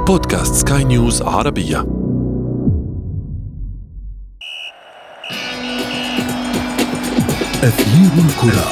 بودكاست سكاي نيوز عربية. أثير الكرة.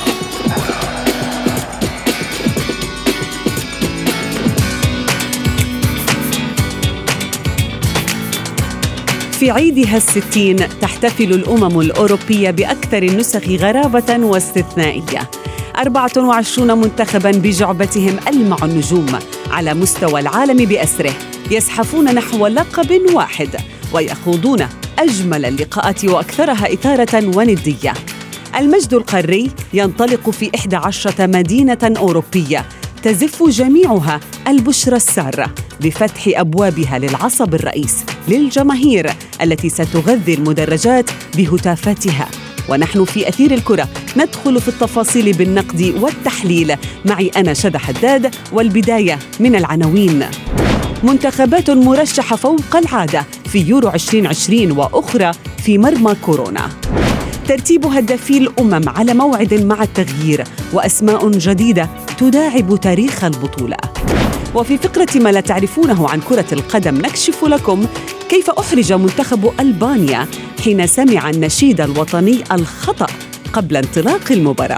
في عيدها 60 تحتفل الأمم الأوروبية بأكثر النسخ غرابة واستثنائية. 24 منتخباً بجعبتهم ألمع النجوم على مستوى العالم بأسره يزحفون نحو لقب واحد ويخوضون أجمل اللقاءات وأكثرها إثارة وندية. المجد القاري ينطلق في 11 مدينة أوروبية تزف جميعها البشرى السارة بفتح أبوابها للعصب الرئيس للجماهير التي ستغذي المدرجات بهتافاتها. ونحن في أثير الكرة ندخل في التفاصيل بالنقد والتحليل. معي أنا شذى حداد، والبداية من العناوين. منتخبات مرشحة فوق العادة في يورو 2020 وأخرى في مرمى كورونا. ترتيب هدافي الأمم على موعد مع التغيير وأسماء جديدة تداعب تاريخ البطولة. وفي فقرة ما لا تعرفونه عن كرة القدم نكشف لكم كيف أحرج منتخب ألبانيا حين سمع النشيد الوطني الخطأ قبل انطلاق المباراة.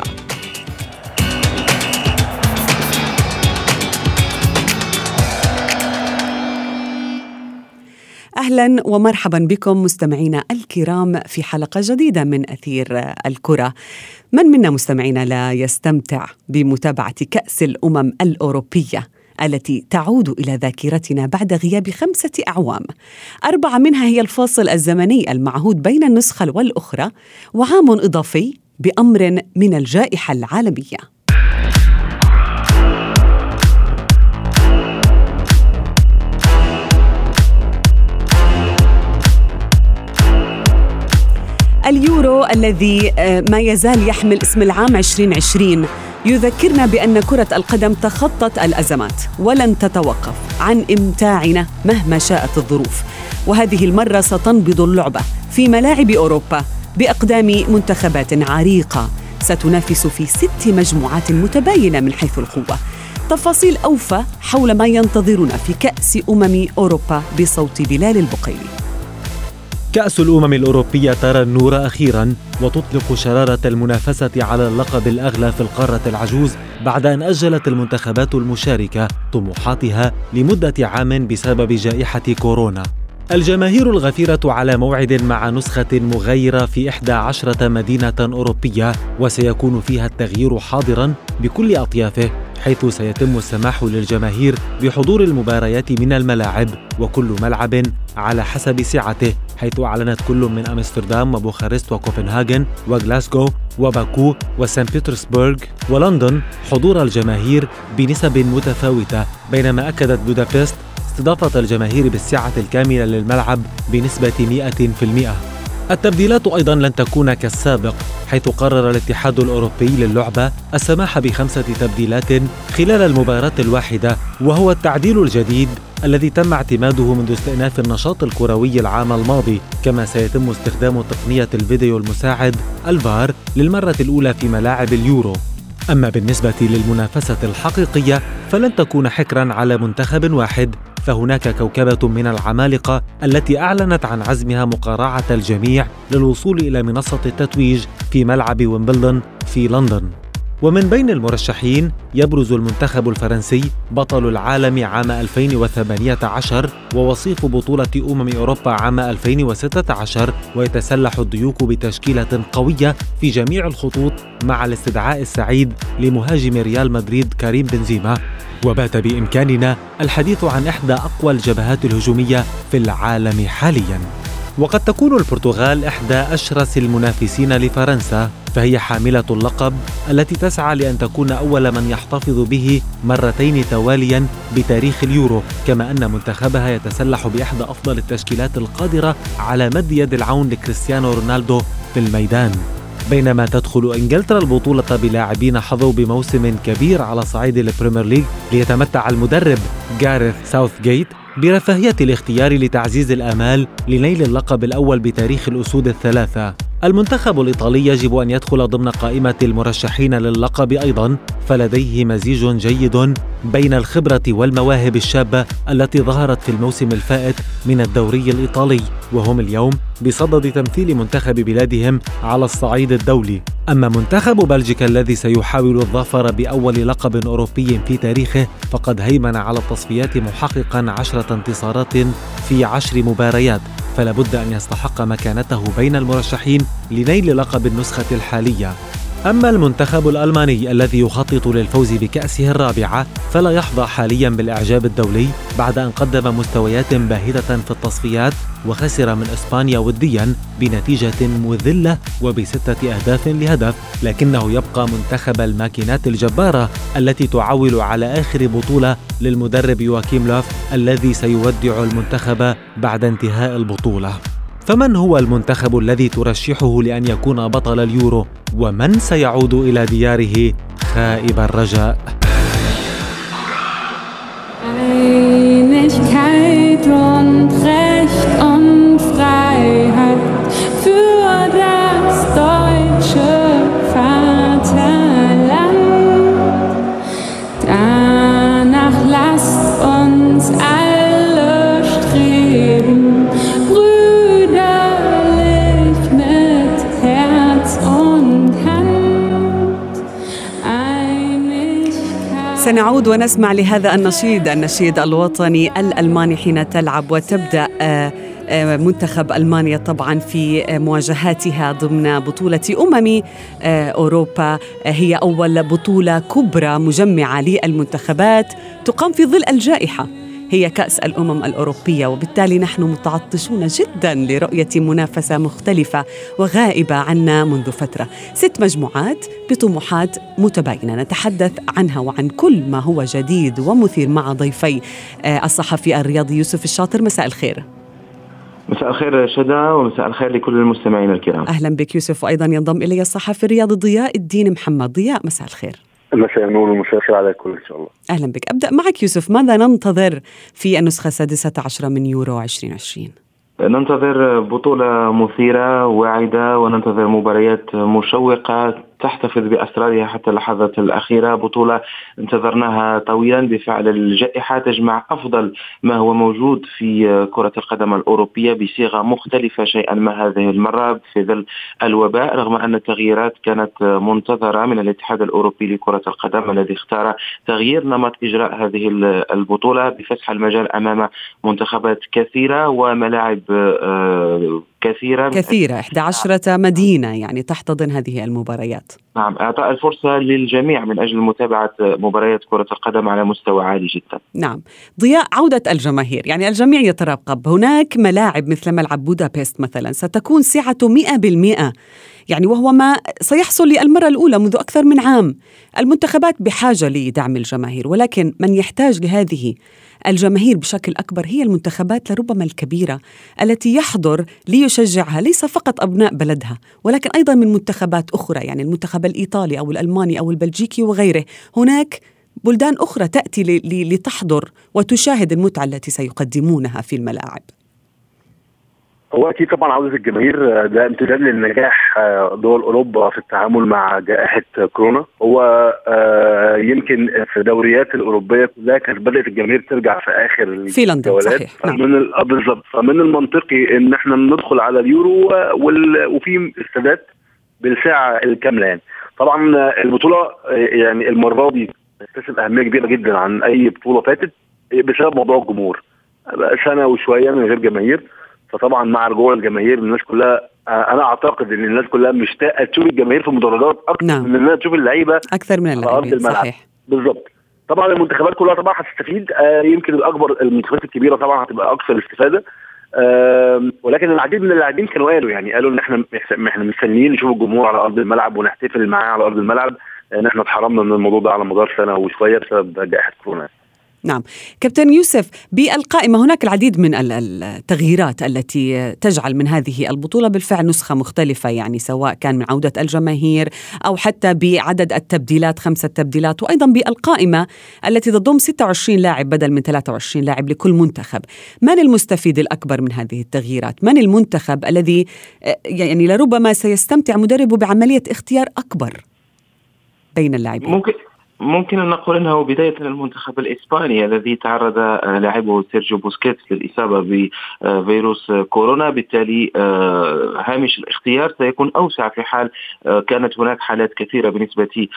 أهلاً ومرحباً بكم مستمعينا الكرام في حلقة جديدة من أثير الكرة. من منا مستمعينا لا يستمتع بمتابعة كأس الأمم الأوروبية التي تعود إلى ذاكرتنا بعد غياب 5 أعوام، 4 منها هي الفاصل الزمني المعهود بين النسخة والأخرى، وعام إضافي بأمر من الجائحة العالمية. اليورو الذي ما يزال يحمل اسم العام 2020 يذكرنا بأن كرة القدم تخطت الأزمات ولن تتوقف عن إمتاعنا مهما شاءت الظروف. وهذه المرة ستنبض اللعبة في ملاعب أوروبا بأقدام منتخبات عريقة ستنافس في 6 مجموعات متباينة من حيث القوة. تفاصيل أوفى حول ما ينتظرنا في كأس أوروبا بصوت بلال البقيلي. كأس الأمم الأوروبية ترى النور أخيراً وتطلق شرارة المنافسة على اللقب الأغلى في القارة العجوز بعد أن أجلت المنتخبات المشاركة طموحاتها لمدة عام بسبب جائحة كورونا. الجماهير الغفيرة على موعد مع نسخة مغايرة في 11 مدينة أوروبية، وسيكون فيها التغيير حاضراً بكل أطيافه، حيث سيتم السماح للجماهير بحضور المباريات من الملاعب، وكل ملعب على حسب سعته، حيث أعلنت كل من أمستردام وبوخارست وكوبنهاغن وغلاسكو وباكو وسان بيترسبورغ ولندن حضور الجماهير بنسب متفاوتة، بينما أكدت بودابست استضافة الجماهير بالسعة الكاملة للملعب بنسبة 100%. التبديلات أيضاً لن تكون كالسابق، حيث قرر الاتحاد الأوروبي للعبة السماح ب5 تبديلات خلال المباراة الواحدة، وهو التعديل الجديد الذي تم اعتماده منذ استئناف النشاط الكروي العام الماضي. كما سيتم استخدام تقنية الفيديو المساعد الفار للمرة الأولى في ملاعب اليورو. أما بالنسبة للمنافسة الحقيقية فلن تكون حكراً على منتخب واحد، فهناك كوكبة من العمالقة التي أعلنت عن عزمها مقارعة الجميع للوصول إلى منصة التتويج في ملعب ويمبلدون في لندن. ومن بين المرشحين يبرز المنتخب الفرنسي بطل العالم عام 2018 ووصيف بطولة أوروبا عام 2016، ويتسلح الديوك بتشكيلة قوية في جميع الخطوط مع الاستدعاء السعيد لمهاجم ريال مدريد كريم بنزيما. وبات بإمكاننا الحديث عن إحدى أقوى الجبهات الهجومية في العالم حالياً. وقد تكون البرتغال إحدى أشرس المنافسين لفرنسا، فهي حاملة اللقب التي تسعى لأن تكون أول من يحتفظ به مرتين توالياً بتاريخ اليورو، كما أن منتخبها يتسلح بإحدى أفضل التشكيلات القادرة على مد يد العون لكريستيانو رونالدو في الميدان. بينما تدخل إنجلترا البطولة بلاعبين حظوا بموسم كبير على صعيد البريمير ليج، ليتمتع المدرب غاريث ساوثغيت برفاهية الاختيار لتعزيز الآمال لنيل اللقب الأول بتاريخ الأسود الثلاثة. المنتخب الإيطالي يجب أن يدخل ضمن قائمة المرشحين للقب أيضا، فلديه مزيج جيد بين الخبرة والمواهب الشابة التي ظهرت في الموسم الفائت من الدوري الإيطالي، وهم اليوم بصدد تمثيل منتخب بلادهم على الصعيد الدولي. أما منتخب بلجيكا الذي سيحاول الظفر بأول لقب أوروبي في تاريخه فقد هيمن على التصفيات محققا 10 انتصارات في 10 مباريات، فلا بد أن يستحق مكانته بين المرشحين لنيل لقب النسخة الحالية. أما المنتخب الألماني الذي يخطط للفوز بكأسه الرابعة فلا يحظى حاليا بالإعجاب الدولي بعد أن قدم مستويات باهتة في التصفيات وخسر من إسبانيا وديا بنتيجة مذلة وب6 أهداف لهدف، لكنه يبقى منتخب الماكينات الجبارة التي تعول على آخر بطولة للمدرب يواكيم لوف الذي سيودع المنتخب بعد انتهاء البطولة. فمن هو المنتخب الذي ترشحه لأن يكون بطل اليورو؟ ومن سيعود إلى دياره خائب الرجاء؟ Einigkeit und Recht und Freiheit für das deutsche Vaterland. Danach lasst uns alle streben, brüderlich mit Herz und Hand. Einigkeit. سنعود ونسمع لهذا النشيد الوطني الألماني حين تلعب وتبدأ منتخب ألمانيا طبعا في مواجهاتها ضمن بطولة أوروبا. هي أول بطولة كبرى مجمعة للمنتخبات تقام في ظل الجائحة، هي كأس الأمم الأوروبية، وبالتالي نحن متعطشون جدا لرؤية منافسة مختلفة وغائبة عنا منذ فترة. 6 مجموعات بطموحات متباينة نتحدث عنها وعن كل ما هو جديد ومثير مع ضيفي الصحفي الرياضي يوسف الشاطر. مساء الخير. مساء الخير شدا، ومساء الخير لكل المستمعين الكرام. أهلا بك يوسف، وأيضا ينضم إلي الصحفي الرياضي ضياء الدين محمد. ضياء مساء الخير. مساء النور ومساء الخير على الكل إن شاء الله. أهلا بك. أبدأ معك يوسف، ماذا ننتظر في النسخة 16 من يورو 2020؟ ننتظر بطولة مثيرة واعدة، وننتظر مباريات مشوقة تحتفظ بأسرارها حتى اللحظة الأخيرة. بطولة انتظرناها طويلا بفعل الجائحة، تجمع أفضل ما هو موجود في كرة القدم الأوروبية بصيغة مختلفة شيئا ما هذه المرة في ظل الوباء، رغم أن التغييرات كانت منتظرة من الاتحاد الأوروبي لكرة القدم الذي اختار تغيير نمط إجراء هذه البطولة بفتح المجال أمام منتخبات كثيرة وملاعب كثيرة 11 مدينة يعني تحتضن هذه المباريات. نعم، إعطاء الفرصة للجميع من أجل متابعة مباريات كرة القدم على مستوى عالي جدا. نعم. ضياء، عودة الجماهير، يعني الجميع يترقب. هناك ملاعب مثل ملعب بودابست مثلا ستكون سعته 100%، يعني وهو ما سيحصل للمرة الأولى منذ أكثر من عام. المنتخبات بحاجة لدعم الجماهير، ولكن من يحتاج لهذه الجماهير بشكل أكبر هي المنتخبات لربما الكبيرة التي يحضر ليشجعها ليس فقط أبناء بلدها ولكن أيضا من منتخبات أخرى، يعني المنتخب الإيطالي أو الألماني أو البلجيكي وغيره. هناك بلدان أخرى تأتي لتحضر وتشاهد المتعة التي سيقدمونها في الملاعب. هو أكيد طبعا عودة الجماهير ده امتداد للنجاح دول أوروبا في التعامل مع جائحة كورونا. هو يمكن في دوريات الأوروبية كلها كانت بدأت الجماهير ترجع في آخر في لندن، صحيح. بالضبط. فمن المنطقي إن احنا ندخل على اليورو وفي استادات بالساعة الكاملة. يعني طبعا البطولة يعني المرة دي تكتسب أهمية كبيرة جدا عن أي بطولة فاتت بسبب موضوع الجمهور. سنة وشوية من غير جماهير، فطبعا مع رجوع الجماهير الناس كلها، انا اعتقد ان الناس كلها مشتاقه تشوف الجماهير في المدرجات اكثر من انها تشوف اللعيبه اكثر من اللاعبين. صحيح، بالضبط. طبعا المنتخبات كلها طبعا هتستفيد، يمكن الاكبر المنتخبات الكبيره طبعا هتبقى اكثر استفاده، ولكن العديد من اللاعبين كانوا قالوا ان احنا مستنيين نشوف الجمهور على ارض الملعب ونحتفل معاه على ارض الملعب، لان احنا اتحرمنا من الموضوع ده على مدار سنه وشويه بسبب جائحه كورونا. نعم. كابتن يوسف، بالقائمة هناك العديد من التغييرات التي تجعل من هذه البطولة بالفعل نسخة مختلفة، يعني سواء كان من عودة الجماهير أو حتى بعدد التبديلات 5 تبديلات، وأيضا بالقائمة التي تضم 26 لاعب بدل من 23 لاعب لكل منتخب. من المستفيد الأكبر من هذه التغييرات؟ من المنتخب الذي يعني لربما سيستمتع مدربه بعملية اختيار أكبر بين اللاعبين؟ ممكن أن نقول أنه بداية المنتخب الإسباني الذي تعرض لاعبه سيرجيو بوسكيتس للإصابة بفيروس كورونا، بالتالي هامش الاختيار سيكون أوسع في حال كانت هناك حالات كثيرة بالنسبة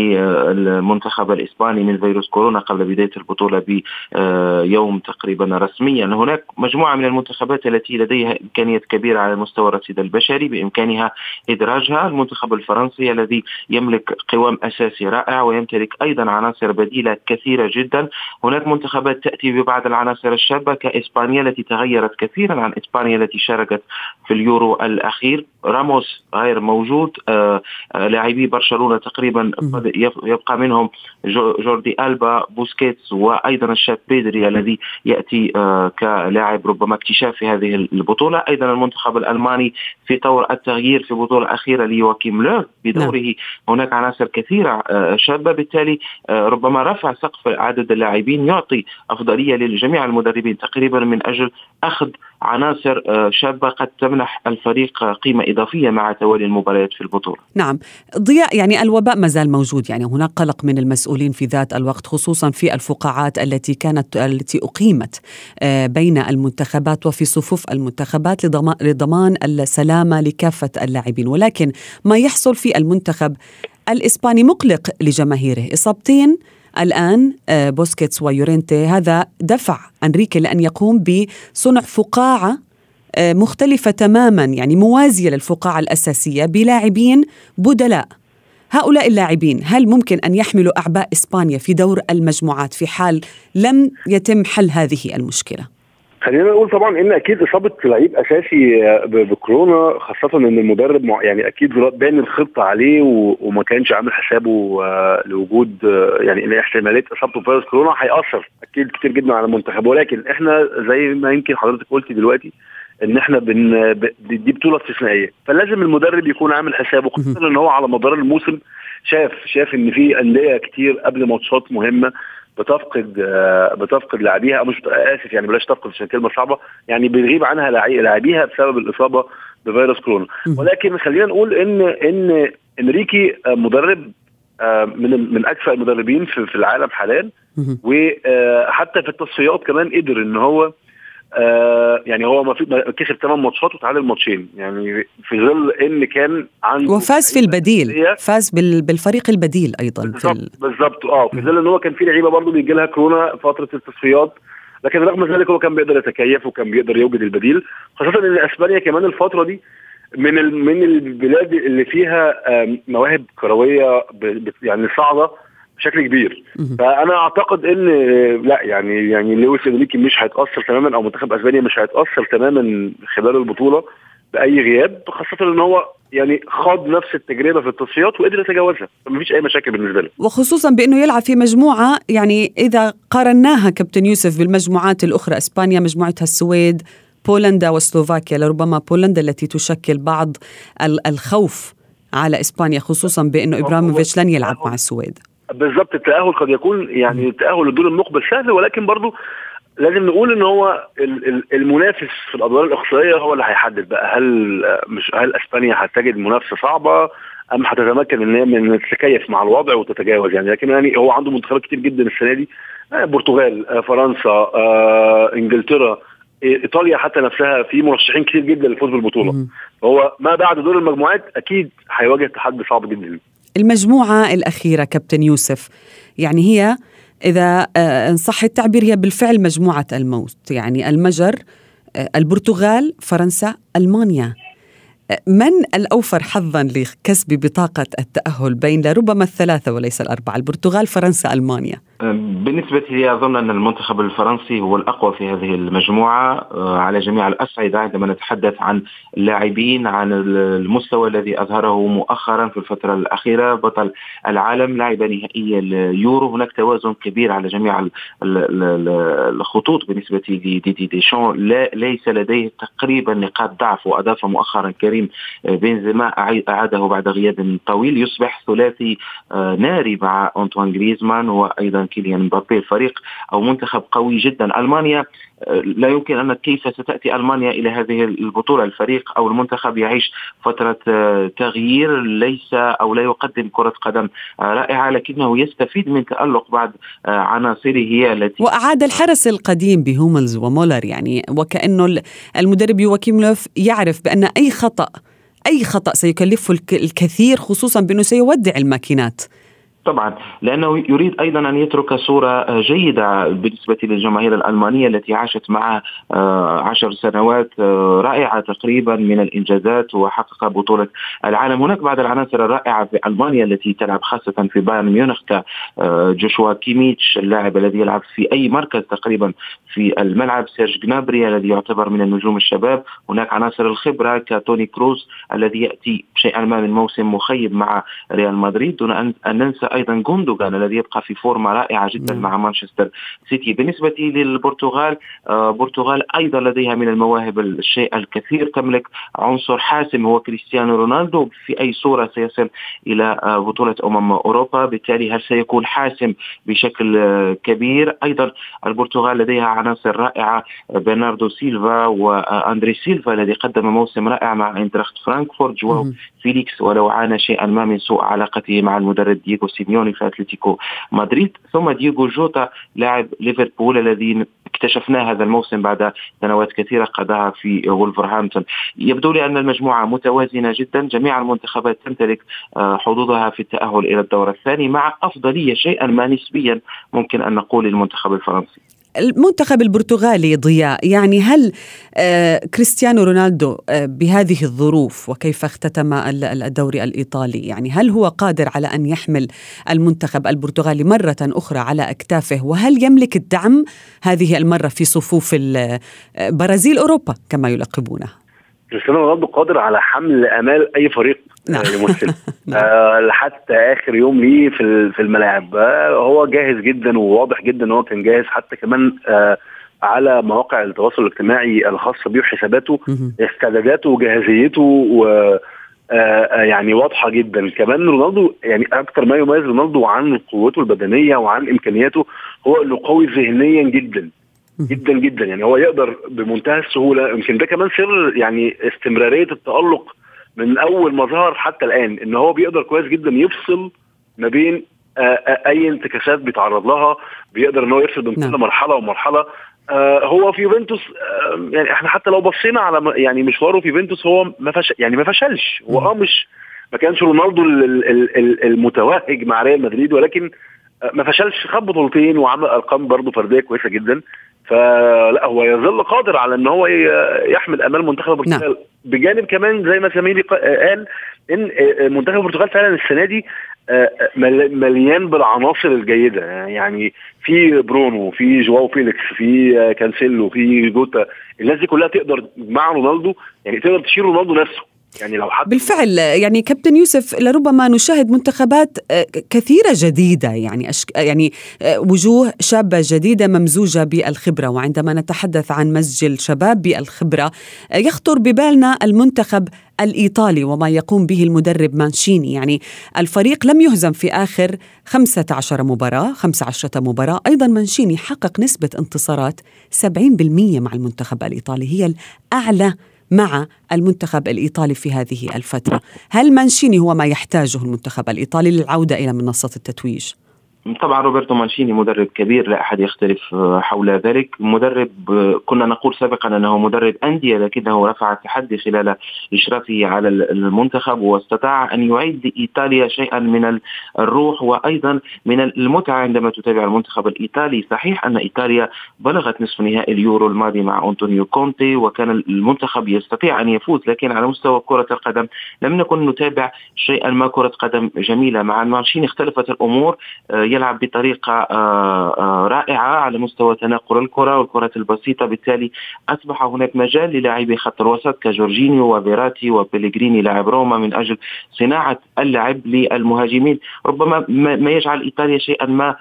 للمنتخب الإسباني من فيروس كورونا قبل بداية البطولة بيوم تقريبا رسميا. هناك مجموعة من المنتخبات التي لديها إمكانيات كبيرة على مستوى الرصيد البشري بإمكانها إدراجها. المنتخب الفرنسي الذي يملك قوام أساسي رائع ويمتلك أيضا عناصر بديلة كثيرة جدا. هناك منتخبات تأتي ببعض العناصر الشابة كإسبانيا التي تغيرت كثيرا عن إسبانيا التي شاركت في اليورو الأخير. راموس غير موجود، لاعبي برشلونة تقريبا يبقى منهم جوردي ألبا، بوسكيتس، وأيضا الشاب بيدري الذي يأتي كلاعب ربما اكتشاف في هذه البطولة. أيضا المنتخب الألماني في طور التغيير في البطولة الأخيرة ليواكيم لوف بدوره. هناك عناصر كثيرة شابة، بالتالي ربما رفع سقف عدد اللاعبين يعطي أفضلية لجميع المدربين تقريبا من أجل أخذ عناصر شابة قد تمنح الفريق قيمة إضافية مع توالي المباريات في البطولة. نعم. ضياء، يعني الوباء ما زال موجود، يعني هناك قلق من المسؤولين في ذات الوقت، خصوصا في الفقاعات التي أقيمت بين المنتخبات وفي صفوف المنتخبات لضمان السلامة لكافة اللاعبين. ولكن ما يحصل في المنتخب الإسباني مقلق لجماهيره. إصابتين الآن بوسكيتس ويورينتي، هذا دفع أنريكي لأن يقوم بصنع فقاعة مختلفة تماما، يعني موازية للفقاعة الأساسية بلاعبين بدلاء. هؤلاء اللاعبين هل ممكن أن يحملوا أعباء إسبانيا في دور المجموعات في حال لم يتم حل هذه المشكلة؟ خلينا نقول طبعا ان اكيد اصابه لعيب اساسي بكورونا، خاصه ان المدرب يعني اكيد بان الخطه عليه وما كانش عامل حسابه لوجود يعني ان احتماليه اصابته بفيروس كورونا هيأثر اكيد كتير جدا على المنتخب. ولكن احنا زي ما يمكن حضرتك قلتي دلوقتي ان احنا دي بطوله استثنائيه، فلازم المدرب يكون عامل حسابه، خصوصا ان هو على مدار الموسم شاف ان في انديه كتير قبل ماتشات مهمه بتفقد لاعبيها، مش اسف يعني بلاش تفقد عشان كلمه صعبه، يعني بيغيب عنها لاعبيها بسبب الاصابه بفيروس كورونا. ولكن خلينا نقول ان انريكي مدرب من اكفأ المدربين في العالم حاليا، وحتى في التصفيات كمان قدر ان هو يعني هو ما كسب 8 ماتشات وتعادل ماتشين، يعني في ظل ان كان عنده وفاز في البديل، فاز بالفريق البديل ايضا بالضبط في ظل ان هو كان في لعيبه برضه بيجي لها كورونا فتره التصفيات، لكن رغم ذلك هو كان بيقدر يتكيف وكان بيقدر يوجد البديل، خاصه ان اسبانيا كمان الفتره دي من البلاد اللي فيها مواهب كرويه يعني صاعده بشكل كبير. فانا اعتقد ان لا يعني لويس انريكي مش هيتاثر تماما، او منتخب اسبانيا مش هيتاثر تماما خلال البطوله باي غياب، خاصه ان هو يعني خاض نفس التجربه في التصفيات وقدر يتجاوزها، فمفيش اي مشاكل بالنسبه له، وخصوصا بانه يلعب في مجموعه يعني اذا قارناها كابتن يوسف بالمجموعات الاخرى، اسبانيا مجموعتها السويد، بولندا وسلوفاكيا، لربما بولندا التي تشكل بعض الخوف على اسبانيا، خصوصا بانه ابراهيموفيتش لن يلعب مع السويد. بالضبط، التأهل قد يكون يعني التأهل للدور المقبل سهل، ولكن برضو لازم نقول ان هو المنافس في الادوار الاقصائيه هو اللي هيحدد بقى هل اسبانيا هتجد منافسه صعبه ام هتتمكن ان هي من تتكيف مع الوضع وتتجاوز يعني. لكن يعني هو عنده منتخبات كتير جدا السنه دي، البرتغال، فرنسا، انجلترا، ايطاليا حتى نفسها، في مرشحين كتير جدا للفوز بالبطوله. هو ما بعد دور المجموعات اكيد هيواجه تحدي صعب جدا. المجموعة الأخيرة كابتن يوسف يعني هي إذا إن صح التعبير هي بالفعل مجموعة الموت، يعني المجر، البرتغال، فرنسا، ألمانيا. من الأوفر حظا لكسب بطاقة التأهل بين لربما الثلاثة وليس الأربعة، البرتغال، فرنسا، ألمانيا؟ بالنسبة لي أظن أن المنتخب الفرنسي هو الأقوى في هذه المجموعة على جميع الأصعدة. عندما نتحدث عن اللاعبين، عن المستوى الذي أظهره مؤخرا في الفترة الأخيرة، بطل العالم، لاعب نهائي اليورو، هناك توازن كبير على جميع الخطوط بالنسبة لديدي ديشان. ليس لديه تقريبا نقاط ضعف، وأضاف مؤخرا كريم بنزيما أعاده بعد غياب طويل، يصبح ثلاثي ناري مع أنطوان غريزمان وأيضا كيليان مبابي. فريق أو منتخب قوي جدا. ألمانيا لا يمكن أن كيف ستأتي ألمانيا إلى هذه البطولة. الفريق أو المنتخب يعيش فترة تغيير، ليس أو لا يقدم كرة قدم رائعة، لكنه يستفيد من تألق بعض عناصره التي وأعاد الحرس القديم بهوملز ومولر، يعني وكأنه المدرب يواكيم لوف يعرف بأن أي خطأ سيكلفه الكثير، خصوصا بأنه سيودع الماكينات. طبعا، لأنه يريد أيضا أن يترك صورة جيدة بالنسبة للجماهير الألمانية التي عاشت معه 10 سنوات رائعة تقريبا من الإنجازات، وحقق بطولة العالم. هناك بعض العناصر الرائعة في ألمانيا التي تلعب خاصة في بايرن ميونخ، جوشوا كيميتش اللاعب الذي يلعب في أي مركز تقريبا في الملعب، سيرج جنابري الذي يعتبر من النجوم الشباب. هناك عناصر الخبرة كتوني كروز الذي يأتي شيئا ما من موسم مخيب مع ريال مدريد، دون أن ننسى أيضا غوندوغان الذي يبقى في فورمة رائعة جدا مع مانشستر سيتي. بالنسبة للبرتغال، البرتغال أيضا لديها من المواهب الشيء الكثير، تملك عنصر حاسم هو كريستيانو رونالدو، في أي صورة سيصل إلى بطولة أوروبا، بالتالي هل سيكون حاسم بشكل كبير. أيضا البرتغال لديها عناصر رائعة، برناردو سيلفا وأندري سيلفا الذي قدم موسم رائع مع إنتراخت فرانكفورت، جواو فيليكس ولو عانى شيئا ما من سوء علاقته مع المدرب دييغو سيميوني في أتلتيكو مدريد، ثم دييغو جوتا لاعب ليفربول الذي اكتشفناه هذا الموسم بعد سنوات كثيرة قضاها في وولفرهامبتون. يبدو لي أن المجموعة متوازنة جدا، جميع المنتخبات تمتلك حظوظها في التأهل إلى الدور الثاني، مع أفضلية شيئا ما نسبيا ممكن أن نقول المنتخب الفرنسي. المنتخب البرتغالي ضياء، يعني هل كريستيانو رونالدو بهذه الظروف وكيف اختتم الدوري الإيطالي، يعني هل هو قادر على أن يحمل المنتخب البرتغالي مرة أخرى على أكتافه؟ وهل يملك الدعم هذه المرة في صفوف برازيل أوروبا كما يلقبونه؟ كريستيانو رونالدو قادر على حمل آمال أي فريق يمثل حتى آخر يوم ليه في الملاعب. هو جاهز جدا، وواضح جدا أنه كان جاهز حتى كمان على مواقع التواصل الاجتماعي الخاصة به وحساباته، استعداداته وجاهزيته يعني واضحة جدا. كمان رونالدو يعني أكثر ما يميز رونالدو عن قوته البدنية وعن إمكانياته هو أنه قوي ذهنيا جدا جدا جدا. يعني هو يقدر بمنتهى السهولة، يمكن ده كمان سر يعني استمرارية التألق من أول ما ظهر حتى الآن، إن هو بيقدر كويس جدا يفصل ما بين أي انتكاسات بيتعرض لها، بيقدر إن هو يفصل بين كل مرحلة ومرحلة. هو في يوفنتوس يعني احنا حتى لو بصينا على يعني مشواره في يوفنتوس هو ما فشلش. هو ما كانش رونالدو المتوهج مع ريال مدريد، ولكن ما فشلش، خد بطولتين وعمل ارقام برضه فرديه كويسه جدا. فلا هو يظل قادر على ان هو يحمل امال منتخب البرتغال. بجانب كمان زي ما سميري قال ان منتخب البرتغال فعلا السنه دي مليان بالعناصر الجيده، يعني في برونو، في جواو فيليكس، في كانسيلو، في جوتا. الناس دي كلها تقدر مع رونالدو يعني تقدر تشيل رونالدو نفسه. يعني لو حد بالفعل يعني كابتن يوسف لربما نشاهد منتخبات كثيرة جديدة، يعني وجوه شابة جديدة ممزوجة بالخبرة. وعندما نتحدث عن مزج الشباب بالخبرة يخطر ببالنا المنتخب الإيطالي وما يقوم به المدرب مانشيني. يعني الفريق لم يهزم في آخر 15 مباراة. أيضا مانشيني حقق نسبة انتصارات 70% مع المنتخب الإيطالي، هي الأعلى مع المنتخب الإيطالي في هذه الفترة. هل مانشيني هو ما يحتاجه المنتخب الإيطالي للعودة إلى منصة التتويج؟ طبعا روبرتو مانشيني مدرب كبير، لا أحد يختلف حول ذلك. مدرب كنا نقول سابقا أنه مدرب أندية، لكنه رفع التحدي خلال إشرافه على المنتخب، واستطاع أن يعيد إيطاليا شيئا من الروح وأيضا من المتعة عندما تتابع المنتخب الإيطالي. صحيح أن إيطاليا بلغت نصف نهائي اليورو الماضي مع أنطونيو كونتي، وكان المنتخب يستطيع أن يفوز، لكن على مستوى كرة القدم لم نكن نتابع شيئا ما كرة قدم جميلة. مع مانشيني اختلفت الأمور، يلعب بطريقة رائعة على مستوى تناقل الكرة والكرات البسيطة. بالتالي أصبح هناك مجال للاعبي خط الوسط كجورجينيو وبيراتي وبيليغريني لاعب روما من أجل صناعة اللعب للمهاجمين. ربما ما يجعل إيطاليا شيئا ما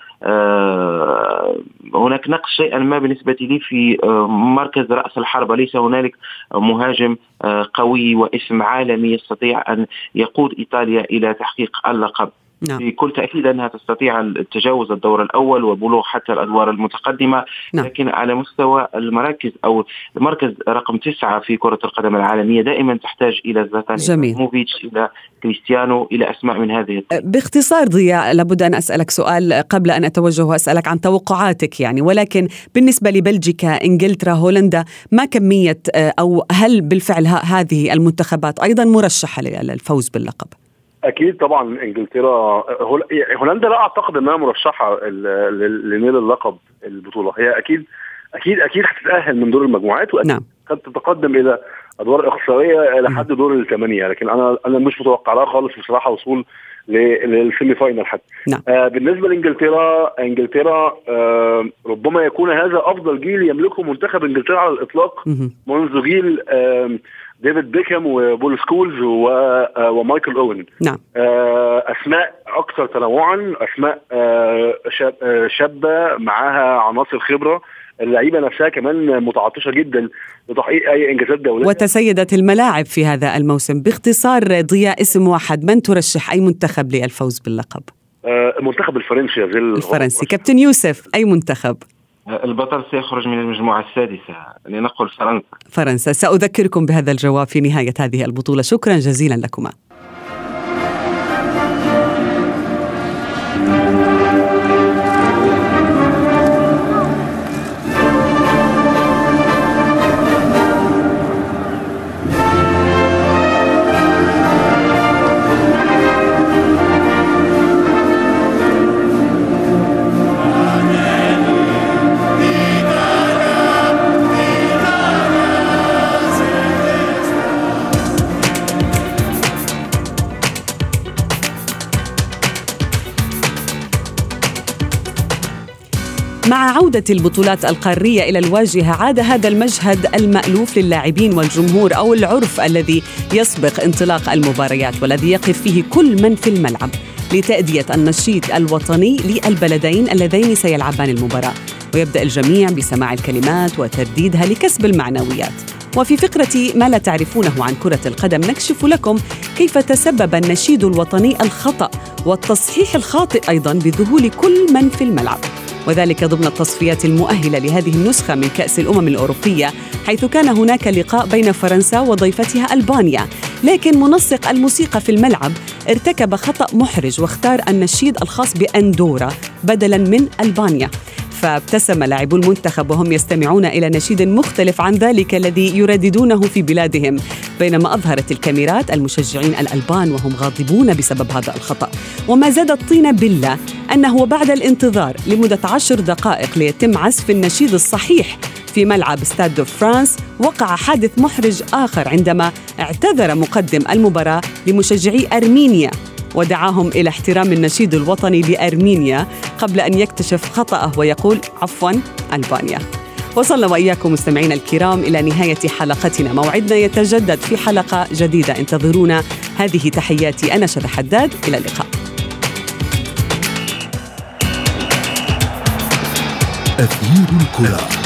هناك نقص شيئا ما بالنسبة لي في مركز رأس الحربة. ليس هنالك مهاجم قوي واسم عالمي يستطيع أن يقود إيطاليا إلى تحقيق اللقب. بكل تأكيد أنها تستطيع التجاوز الدور الأول وبلوغ حتى الأدوار المتقدمة. لكن على مستوى المراكز أو المركز رقم 9 في كرة القدم العالمية دائما تحتاج إلى زلاتان إبراهيموفيتش، إلى كريستيانو، إلى أسماء من هذه. باختصار ضياء، لابد أن أسألك سؤال قبل أن أتوجه وأسألك عن توقعاتك يعني، ولكن بالنسبة لبلجيكا، إنجلترا، هولندا، ما كمية أو هل بالفعل هذه المنتخبات أيضا مرشحة للفوز باللقب؟ اكيد طبعا انجلترا. هولندا لا اعتقد انها مرشحه لنيل اللقب البطوله. هي اكيد هتتاهل من دور المجموعات، واكيد قد تتقدم الى ادوار اقصائيه لحد دور ال8، لكن انا مش متوقع لها خالص بصراحه وصول للسيمي فاينل حتى. بالنسبه لانجلترا ربما يكون هذا افضل جيل يملكه منتخب انجلترا على الاطلاق منذ جيل ديفيد بيكهام وبول سكولز ومايكل أوين. أسماء أكثر تنوعا، أسماء شابة معها عناصر خبرة. اللعيبة نفسها كمان متعطشة جدا لتحقيق أي إنجازات دولية، وتسيدت الملاعب في هذا الموسم. باختصار ضياء، اسم واحد، من ترشح أي منتخب للفوز باللقب؟ المنتخب الفرنسي. الفرنسي. كابتن يوسف، أي منتخب؟ البطل سيخرج من المجموعة السادسة، لنقل فرنسا. سأذكركم بهذا الجواب في نهاية هذه البطولة. شكرا جزيلا لكما. مع عودة البطولات القارية إلى الواجهة، عاد هذا المشهد المألوف للاعبين والجمهور، أو العرف الذي يسبق انطلاق المباريات، والذي يقف فيه كل من في الملعب لتأدية النشيد الوطني للبلدين اللذين سيلعبان المباراة. ويبدأ الجميع بسماع الكلمات وترديدها لكسب المعنويات. وفي فقرة ما لا تعرفونه عن كرة القدم نكشف لكم كيف تسبب النشيد الوطني الخطأ والتصحيح الخاطئ أيضاً بذهول كل من في الملعب، وذلك ضمن التصفيات المؤهلة لهذه النسخة من كأس الأمم الأوروبية، حيث كان هناك لقاء بين فرنسا وضيفتها ألبانيا. لكن منسق الموسيقى في الملعب ارتكب خطأ محرج واختار النشيد الخاص بأندورا بدلاً من ألبانيا، فابتسم لاعبو المنتخب وهم يستمعون إلى نشيد مختلف عن ذلك الذي يرددونه في بلادهم، بينما أظهرت الكاميرات المشجعين الألبان وهم غاضبون بسبب هذا الخطأ. وما زاد الطين بلة أنه بعد الانتظار لمدة 10 دقائق ليتم عزف النشيد الصحيح في ملعب ستاد دو فرانس، وقع حادث محرج آخر عندما اعتذر مقدم المباراة لمشجعي أرمينيا ودعاهم إلى احترام النشيد الوطني لأرمينيا قبل أن يكتشف خطأه ويقول عفواً ألبانيا. وصلنا وإياكم مستمعين الكرام إلى نهاية حلقتنا. موعدنا يتجدد في حلقة جديدة، انتظرونا. هذه تحياتي، أنا شذى حداد، إلى اللقاء. أثير الكرة.